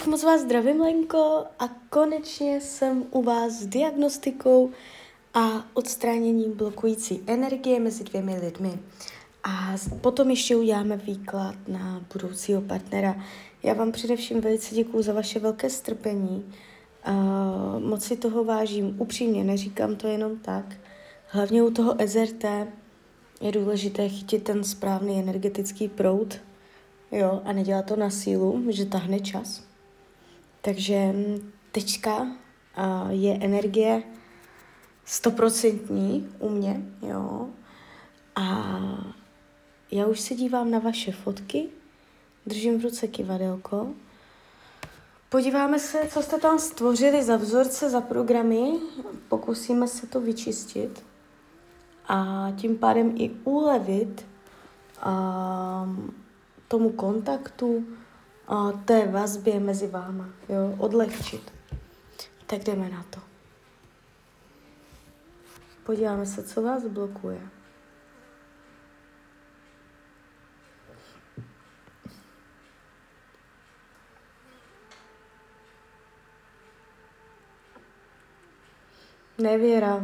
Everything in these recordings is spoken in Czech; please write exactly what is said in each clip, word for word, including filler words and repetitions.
Tak moc vás zdravím, Lenko, a konečně jsem u vás s diagnostikou a odstráněním blokující energie mezi dvěmi lidmi. A potom ještě uděláme výklad na budoucího partnera. Já vám především velice děkuju za vaše velké strpení. Uh, moc si toho vážím, upřímně, neříkám to jenom tak. Hlavně u toho S R T je důležité chytit ten správný energetický proud, jo, a nedělat to na sílu, že tahne čas. Takže teďka uh, je energie stoprocentní u mě, jo. A já už se dívám na vaše fotky, držím v ruce kivadelko. Podíváme se, co jste tam stvořili za vzorce, za programy. Pokusíme se to vyčistit a tím pádem i ulevit uh, tomu kontaktu, uh, té vazbě mezi váma, jo, odlehčit. Tak jdeme na to. Podíváme se, co vás blokuje. Nevěra.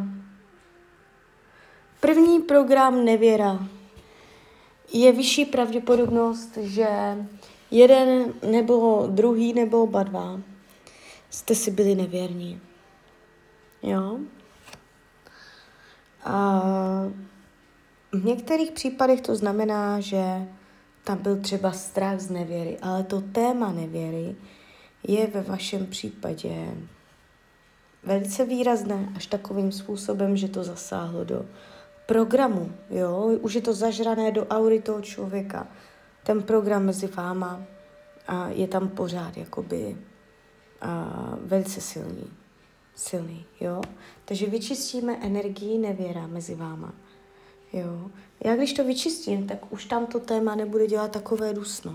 První program nevěra. Je vyšší pravděpodobnost, že jeden nebo druhý nebo oba dva jste si byli nevěrní. Jo? A v některých případech to znamená, že tam byl třeba strach z nevěry, ale to téma nevěry je ve vašem případě velice výrazné, až takovým způsobem, že to zasáhlo do programu, jo, už je to zažrané do aury toho člověka. Ten program mezi váma a je tam pořád jakoby a, velice silný, silný, jo. Takže vyčistíme energii nevěra mezi váma, jo. Já když to vyčistím, tak už tam to téma nebude dělat takové dusno.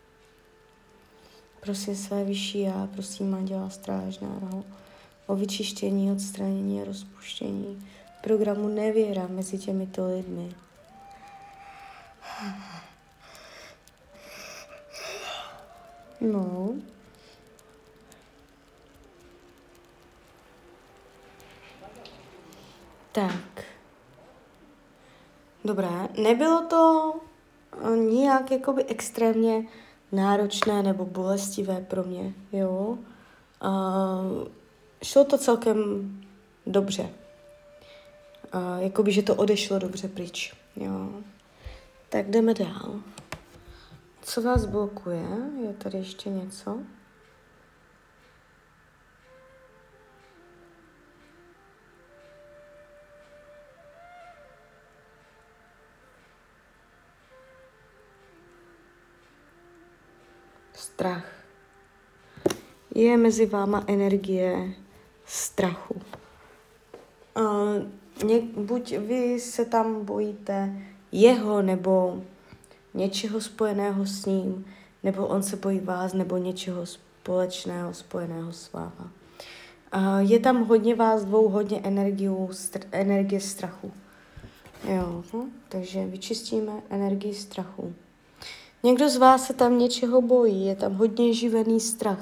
Prosím své vyšší já, prosím Anděla Strážného o vyčištění, odstranění a rozpuštění programu nevěra mezi těmito lidmi. No. Tak. Dobré. Nebylo to nijak jakoby extrémně náročné nebo bolestivé pro mě, jo. Uh, šlo to celkem dobře. Uh, jakoby, že to odešlo dobře pryč, jo. Tak jdeme dál. Co vás blokuje? Je tady ještě něco? Strach. Je mezi váma energie strachu. Uh, ně, buď vy se tam bojíte jeho nebo něčeho spojeného s ním, nebo on se bojí vás, nebo něčeho společného spojeného s váma. Uh, je tam hodně vás dvou, hodně energie, str- energie strachu. Jo, hm? Takže vyčistíme energii strachu. Někdo z vás se tam něčeho bojí, je tam hodně živený strach.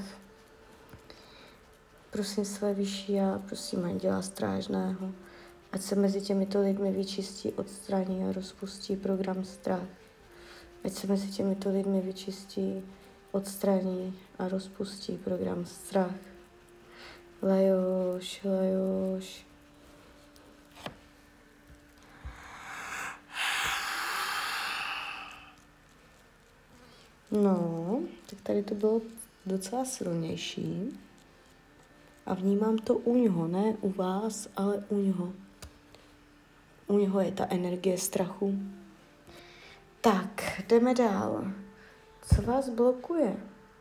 Prosím své vyšší já, prosím Anděla Strážného, ať se mezi těmito lidmi vyčistí, odstraní a rozpustí program strach. Ať se mezi těmito lidmi vyčistí, odstraní a rozpustí program strach. Lajoš, lajoš. No, tak tady to bylo docela silnější. A vnímám to u něho, ne u vás, ale u něho. U něho je ta energie strachu. Tak, jdeme dál. Co vás blokuje?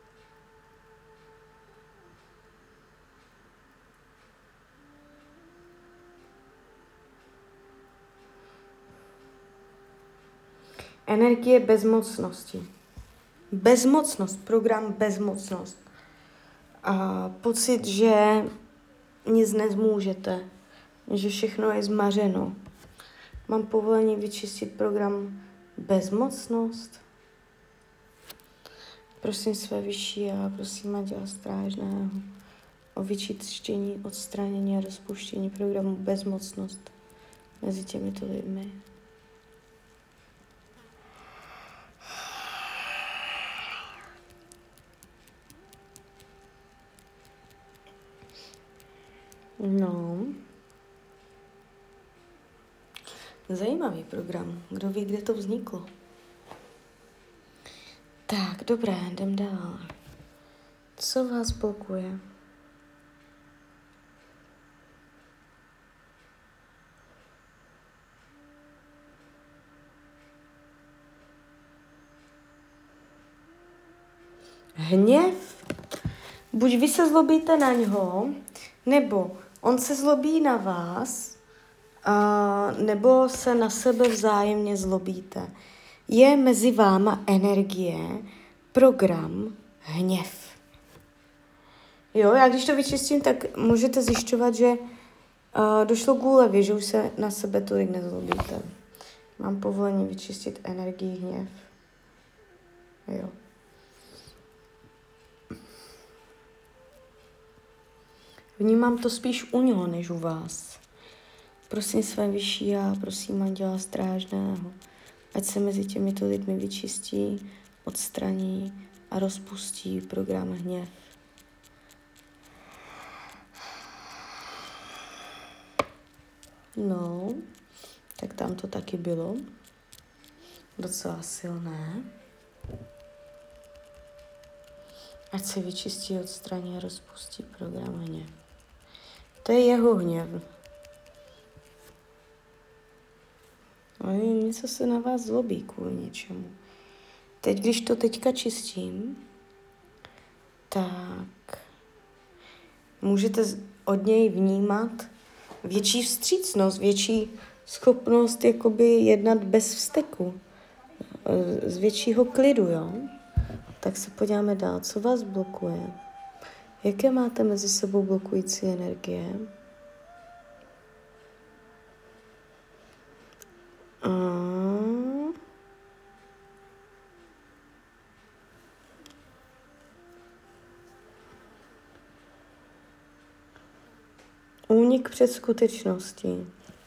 Energie bezmocnosti. Bezmocnost, program bezmocnost. A pocit, že nic nezmůžete, že všechno je zmařeno. Mám povolení vyčistit program bezmocnost. Prosím své vyšší a prosím Anděla Strážného o vyčištění, odstranění a rozpuštění programu bezmocnost mezi těmito lidmi. No. Zajímavý program. Kdo ví, kde to vzniklo? Tak, dobré, jdem dál. Co vás blokuje? Hněv? Buď vy se zlobíte na něho, nebo on se zlobí na vás, a, nebo se na sebe vzájemně zlobíte. Je mezi váma energie, program, hněv. Jo, já když to vyčistím, tak můžete zjišťovat, že uh, došlo k úlevě, že už se na sebe tolik nezlobíte. Mám povolení vyčistit energii, hněv. Jo. Vnímám to spíš u něho, než u vás. Prosím své vyšší a prosím Anděla Strážného, ať se mezi těmito lidmi vyčistí, odstraní a rozpustí program hněv. No, tak tam to taky bylo. Docela silné. Ať se vyčistí, odstraní a rozpustí program hněv. To je jeho hněv. Ale něco se na vás zlobí kvůli něčemu. Teď, když to teďka čistím, tak můžete od něj vnímat větší vstřícnost, větší schopnost jakoby jednat bez vzteku, z většího klidu, jo? Tak se podíváme dál, co vás blokuje. Jaké máte mezi sebou blokující energie? A... Únik před skutečností.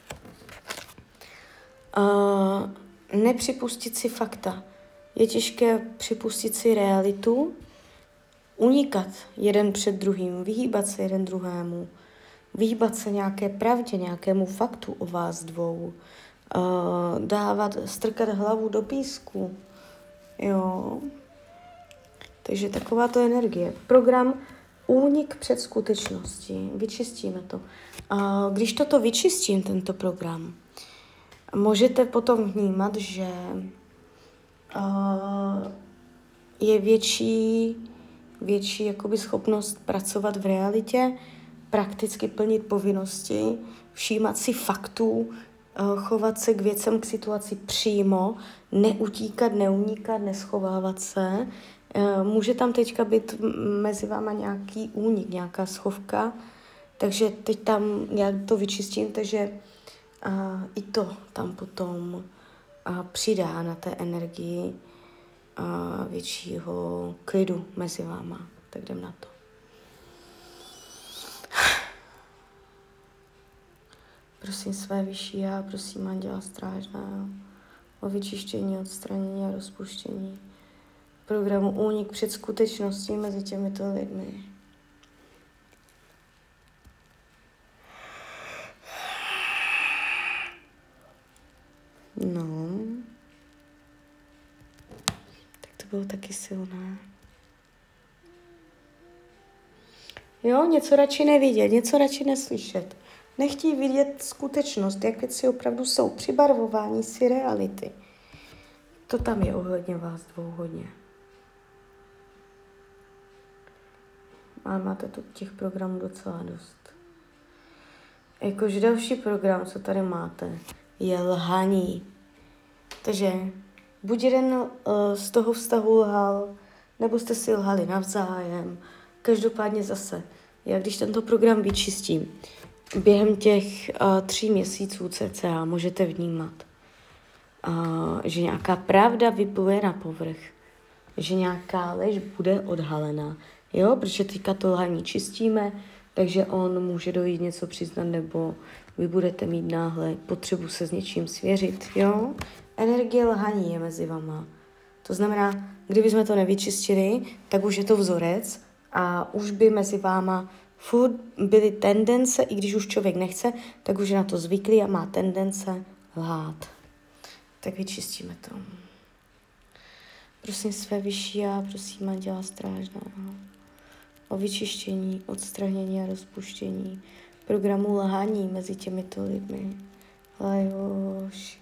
A nepřipustit si fakta. Je těžké připustit si realitu, unikat jeden před druhým, vyhýbat se jeden druhému, vyhýbat se nějaké pravdě, nějakému faktu o vás dvou, uh, dávat, strkat hlavu do písku. Jo. Takže taková to energie. Program únik před skutečností. Vyčistíme to. Uh, když toto vyčistím, tento program, můžete potom vnímat, že uh, je větší, větší jakoby schopnost pracovat v realitě, prakticky plnit povinnosti, všímat si faktů, uh, chovat se k věcem, k situaci přímo, neutíkat, neunikat, neschovávat se. Uh, může tam teďka být mezi váma nějaký únik, nějaká schovka, takže teď tam nějak to vyčistím, takže uh, i to tam potom uh, přidá na té energii uh, většího klidu mezi váma. Tak jdem na to. Prosím své vyšší já, prosím Anděla Strážného o vyčištění, odstranění a rozpuštění programu únik před skutečností mezi těmito lidmi. No. Tak to bylo taky silné. Jo, něco radši nevidět, něco radši neslyšet. Nechtí vidět skutečnost, jak věci opravdu jsou. Přibarvování si reality. To tam je ohledně vás dvou hodně. A máte tu těch programů docela dost. Jakože další program, co tady máte, je lhaní. Takže buď jeden uh, z toho vztahu lhal, nebo jste si lhali navzájem. Každopádně zase, já když tento program vyčistím, během těch uh, tří měsíců cca můžete vnímat, uh, že nějaká pravda vypluje na povrch. že nějaká lež bude odhalena, jo, protože teďka to lhaní čistíme, takže on může dojít něco přiznat, nebo vy budete mít náhle potřebu se s něčím svěřit, jo. Energie lhaní je mezi vama. To znamená, kdyby jsme to nevyčistili, tak už je to vzorec a už by mezi váma furt byly tendence, i když už člověk nechce, tak už je na to zvyklý a má tendence lhát. Tak vyčistíme to. Prosím své vyšší a prosím Anděla Strážného o vyčištění, odstranění a rozpuštění programu lhání mezi těmito lidmi. Lajoš.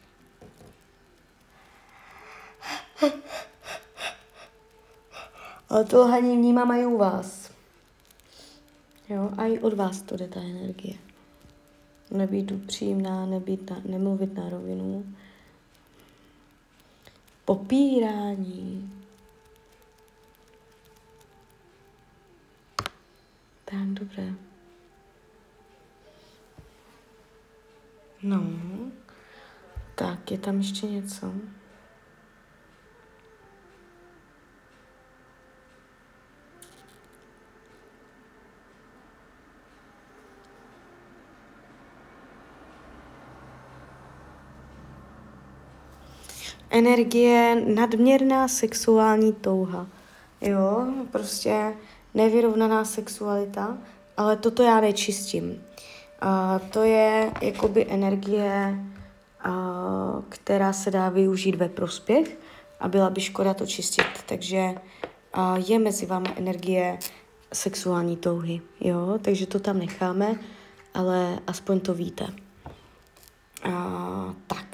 Ale to lhaní vnímám i u vás. Jo, a i od vás to jde ta energie. Nebýt upřímná, nebýt na, nemluvit na rovinu. Popírání. Tak, dobré. No, tak, je tam ještě něco? Energie, nadměrná sexuální touha. Jo, prostě nevyrovnaná sexualita, ale toto já nečistím. A to je jakoby energie, a, která se dá využít ve prospěch a byla by škoda to čistit. Takže a, je mezi vámi energie sexuální touhy. Jo, takže to tam necháme, ale aspoň to víte. A, tak.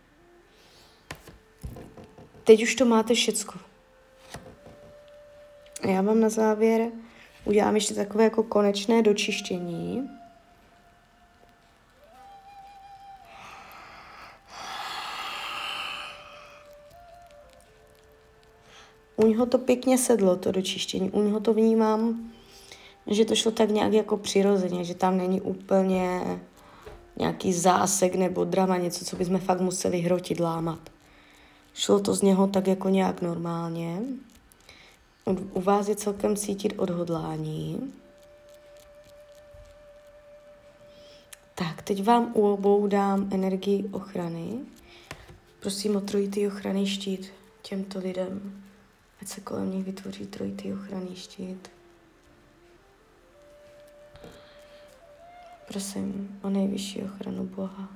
Teď už to máte všecko. Já vám na závěr udělám ještě takové jako konečné dočištění. U něho to pěkně sedlo, to dočištění. U něho to vnímám, že to šlo tak nějak jako přirozeně, že tam není úplně nějaký zásek nebo drama, něco, co bychom fakt museli hrotit, lámat. Šlo to z něho tak jako nějak normálně. U vás je celkem cítit odhodlání. Tak, teď vám u obou dám energii ochrany. Prosím o trojitý ochranný štít těmto lidem. Ať se kolem nich vytvoří trojitý ochranný štít. Prosím o nejvyšší ochranu Boha.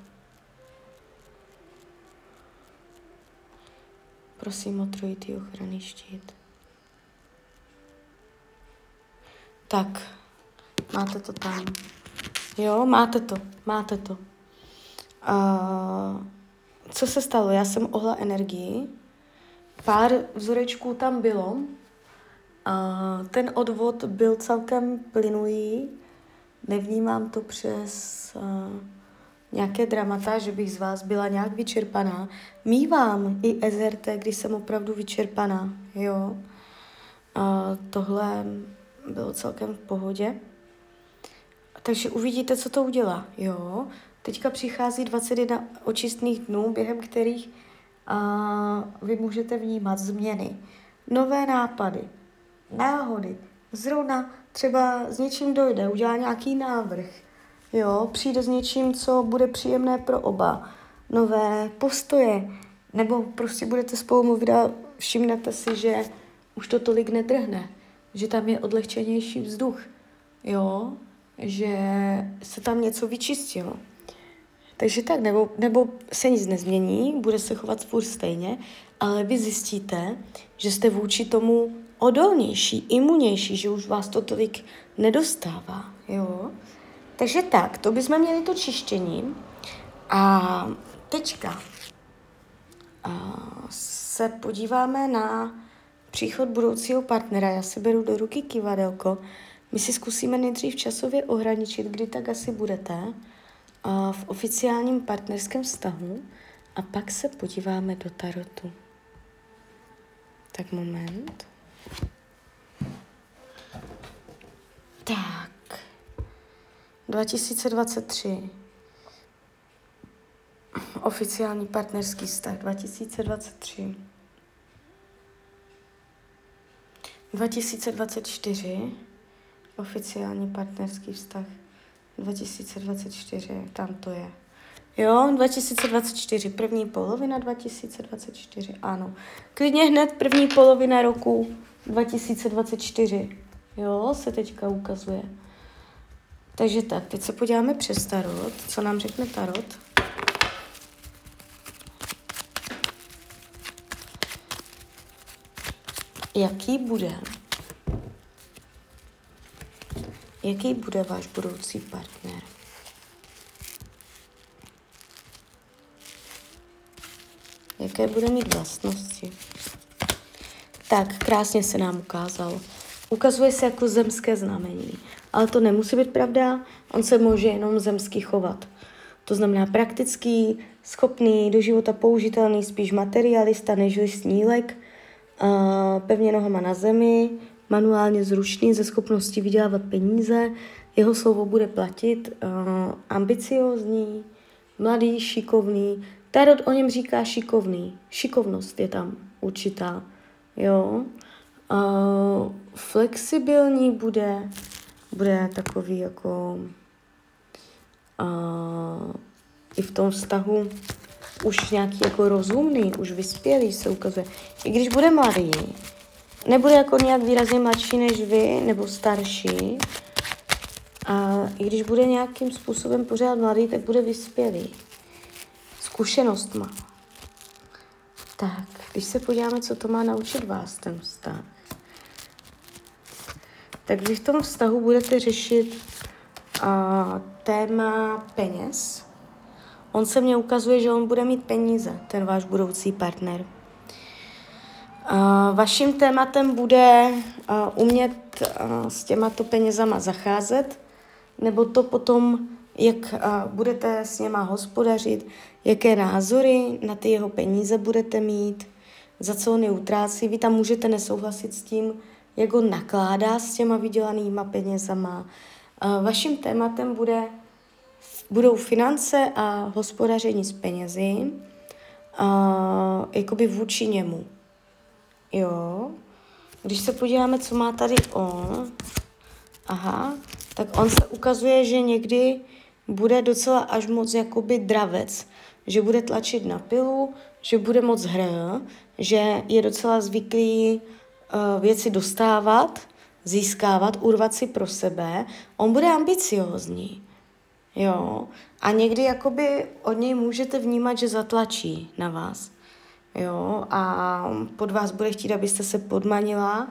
Prosím o trojitý ochranný štít. Tak, máte to tam. Jo, máte to, máte to. Uh, co se stalo? Já jsem ohla energii. Pár vzorečků tam bylo. Uh, ten odvod byl celkem plynulý. Nevnímám to přes uh, nějaké dramata, že bych z vás byla nějak vyčerpaná. Mívám i S R T, když jsem opravdu vyčerpaná. Jo. Uh, tohle bylo celkem v pohodě. Takže uvidíte, co to udělá. Jo. Teďka přichází dvacet jedna očistných dnů, během kterých uh, vy můžete vnímat změny, nové nápady, náhody. Zrovna třeba s něčím dojde, udělá nějaký návrh. Jo, přijde s něčím, co bude příjemné pro oba. Nové postoje. Nebo prostě budete spolu mluvit a všimnete si, že už to tolik nedrhne. Že tam je odlehčenější vzduch. Jo, že se tam něco vyčistilo. Takže tak, nebo, nebo se nic nezmění, bude se chovat furt stejně, ale vy zjistíte, že jste vůči tomu odolnější, imunější, že už vás to tolik nedostává. Jo? Takže tak, to bychom měli to čištění. A teďka a se podíváme na příchod budoucího partnera. Já si beru do ruky kivadelko. My si zkusíme nejdřív časově ohraničit, kdy tak asi budete a v oficiálním partnerském vztahu a pak se podíváme do tarotu. Tak moment. Tak. dva tisíce dvacet tři. Oficiální partnerský vztah dva tisíce dvacet tři. dva tisíce dvacet čtyři, oficiální partnerský vztah. dva tisíce dvacet čtyři, tam to je. Jo, dva tisíce dvacet čtyři, první polovina dva tisíce dvacet čtyři, ano. Klidně hned první polovina roku dva tisíce dvacet čtyři, jo, se teďka ukazuje. Takže tak, teď se podíváme přes tarot, co nám řekne tarot. Jaký bude, jaký bude váš budoucí partner? Jaké bude mít vlastnosti? Tak, krásně se nám ukázal. Ukazuje se jako zemské znamení, ale to nemusí být pravda, on se může jenom zemsky chovat. To znamená praktický, schopný, do života použitelný, spíš materialista než snílek, uh, pevně nohama na zemi, manuálně zručný, ze schopnosti vydělávat peníze, jeho slovo bude platit, uh, ambiciózní, mladý, šikovný. Tarot o něm říká šikovný, šikovnost je tam určitá, jo. Uh, flexibilní bude, bude takový jako uh, i v tom vztahu už nějaký jako rozumný, už vyspělý se ukazuje. I když bude mladý, nebude jako nějak výrazně mladší než vy, nebo starší, a i když bude nějakým způsobem pořád mladý, tak bude vyspělý. Zkušenost má. Tak, když se podíváme, co to má naučit vás, ten vztah. Tak vy v tom vztahu budete řešit uh, téma peněz. On se mně ukazuje, že on bude mít peníze, ten váš budoucí partner. Uh, vaším tématem bude uh, umět uh, s těmato penězama zacházet, nebo to potom, jak uh, budete s něma hospodařit, jaké názory na ty jeho peníze budete mít, za co on je utrácí. Vy tam můžete nesouhlasit s tím, jak on nakládá s těma vydělanýma penězama. Uh, vaším tématem bude, budou finance a hospodaření s penězi, uh, jakoby vůči němu. Jo, když se podíváme, co má tady on, aha, tak on se ukazuje, že někdy bude docela až moc jakoby dravec, že bude tlačit na pilu, že bude moc hr, že je docela zvyklý uh, věci dostávat, získávat, urvat si pro sebe. On bude ambiciózní, jo, a někdy jakoby od něj můžete vnímat, že zatlačí na vás. Jo, a pod vás bude chtít, abyste se podmanila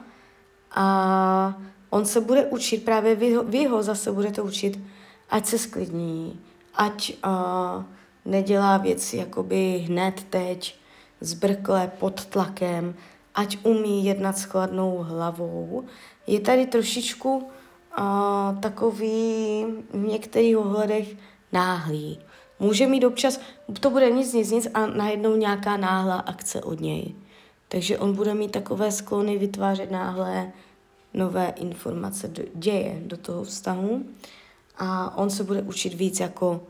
a on se bude učit, právě vy ho, vy ho zase budete učit, ať se sklidní, ať uh, nedělá věci jakoby hned teď, zbrkle, pod tlakem, ať umí jednat s chladnou hlavou. Je tady trošičku uh, takový v některých ohledech náhlý. Může mít občas, to bude nic, nic, nic a najednou nějaká náhlá akce od něj. Takže on bude mít takové sklony vytvářet náhlé nové informace, do, děje do toho vztahu a on se bude učit víc jako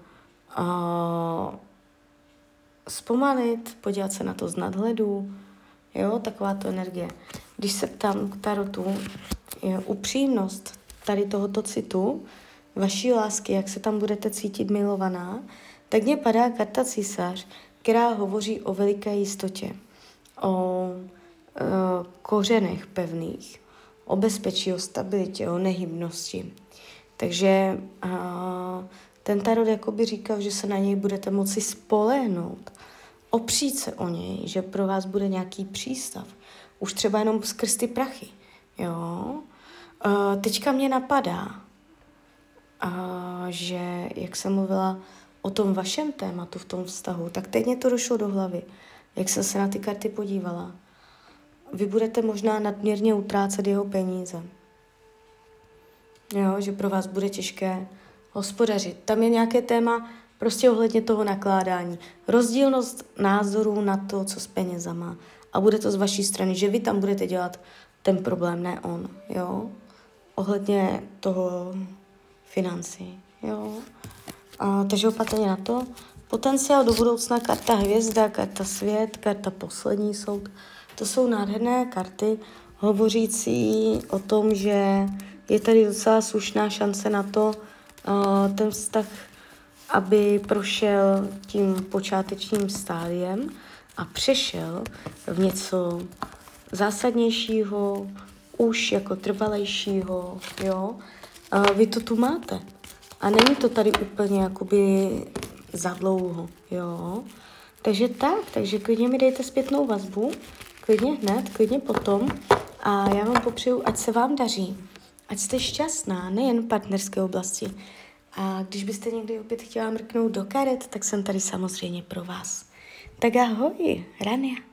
uh, zpomalit, podívat se na to z nadhledu, jo, taková to energie. Když se ptám k tarotu, je upřímnost tady tohoto citu, vaší lásky, jak se tam budete cítit milovaná, tak mně padá karta císař, která hovoří o veliké jistotě, o e, kořenech pevných, o bezpečí, o stabilitě, o nehybnosti. Takže a, ten tarot jakoby říkal, že se na něj budete moci spolehnout, opřít se o něj, že pro vás bude nějaký přístav. Už třeba jenom skrz ty prachy. Jo? E, teďka mě napadá, a, že jak jsem mluvila o tom vašem tématu v tom vztahu, tak teď mě to došlo do hlavy, jak jsem se na ty karty podívala. Vy budete možná nadměrně utrácet jeho peníze. Jo, že pro vás bude těžké hospodařit. Tam je nějaké téma prostě ohledně toho nakládání. Rozdílnost názorů na to, co s penězama. A bude to z vaší strany, že vy tam budete dělat ten problém, ne on. Jo? Ohledně toho financí. Jo? A, takže opatrně na to. Potenciál do budoucna, karta hvězda, karta svět, karta poslední soud. To jsou nádherné karty. hovořící o tom, že je tady docela slušná šance na to, uh, ten vztah, aby prošel tím počátečním stádiem a přešel v něco zásadnějšího, už jako trvalejšího, jo. Uh, vy to tu máte. A není to tady úplně jakoby za dlouho, jo. Takže tak, takže klidně mi dejte zpětnou vazbu, klidně hned, klidně potom a já vám popřeju, ať se vám daří, ať jste šťastná, nejen v partnerské oblasti. A když byste někdy opět chtěla mrknout do karet, tak jsem tady samozřejmě pro vás. Tak ahoj, Rania.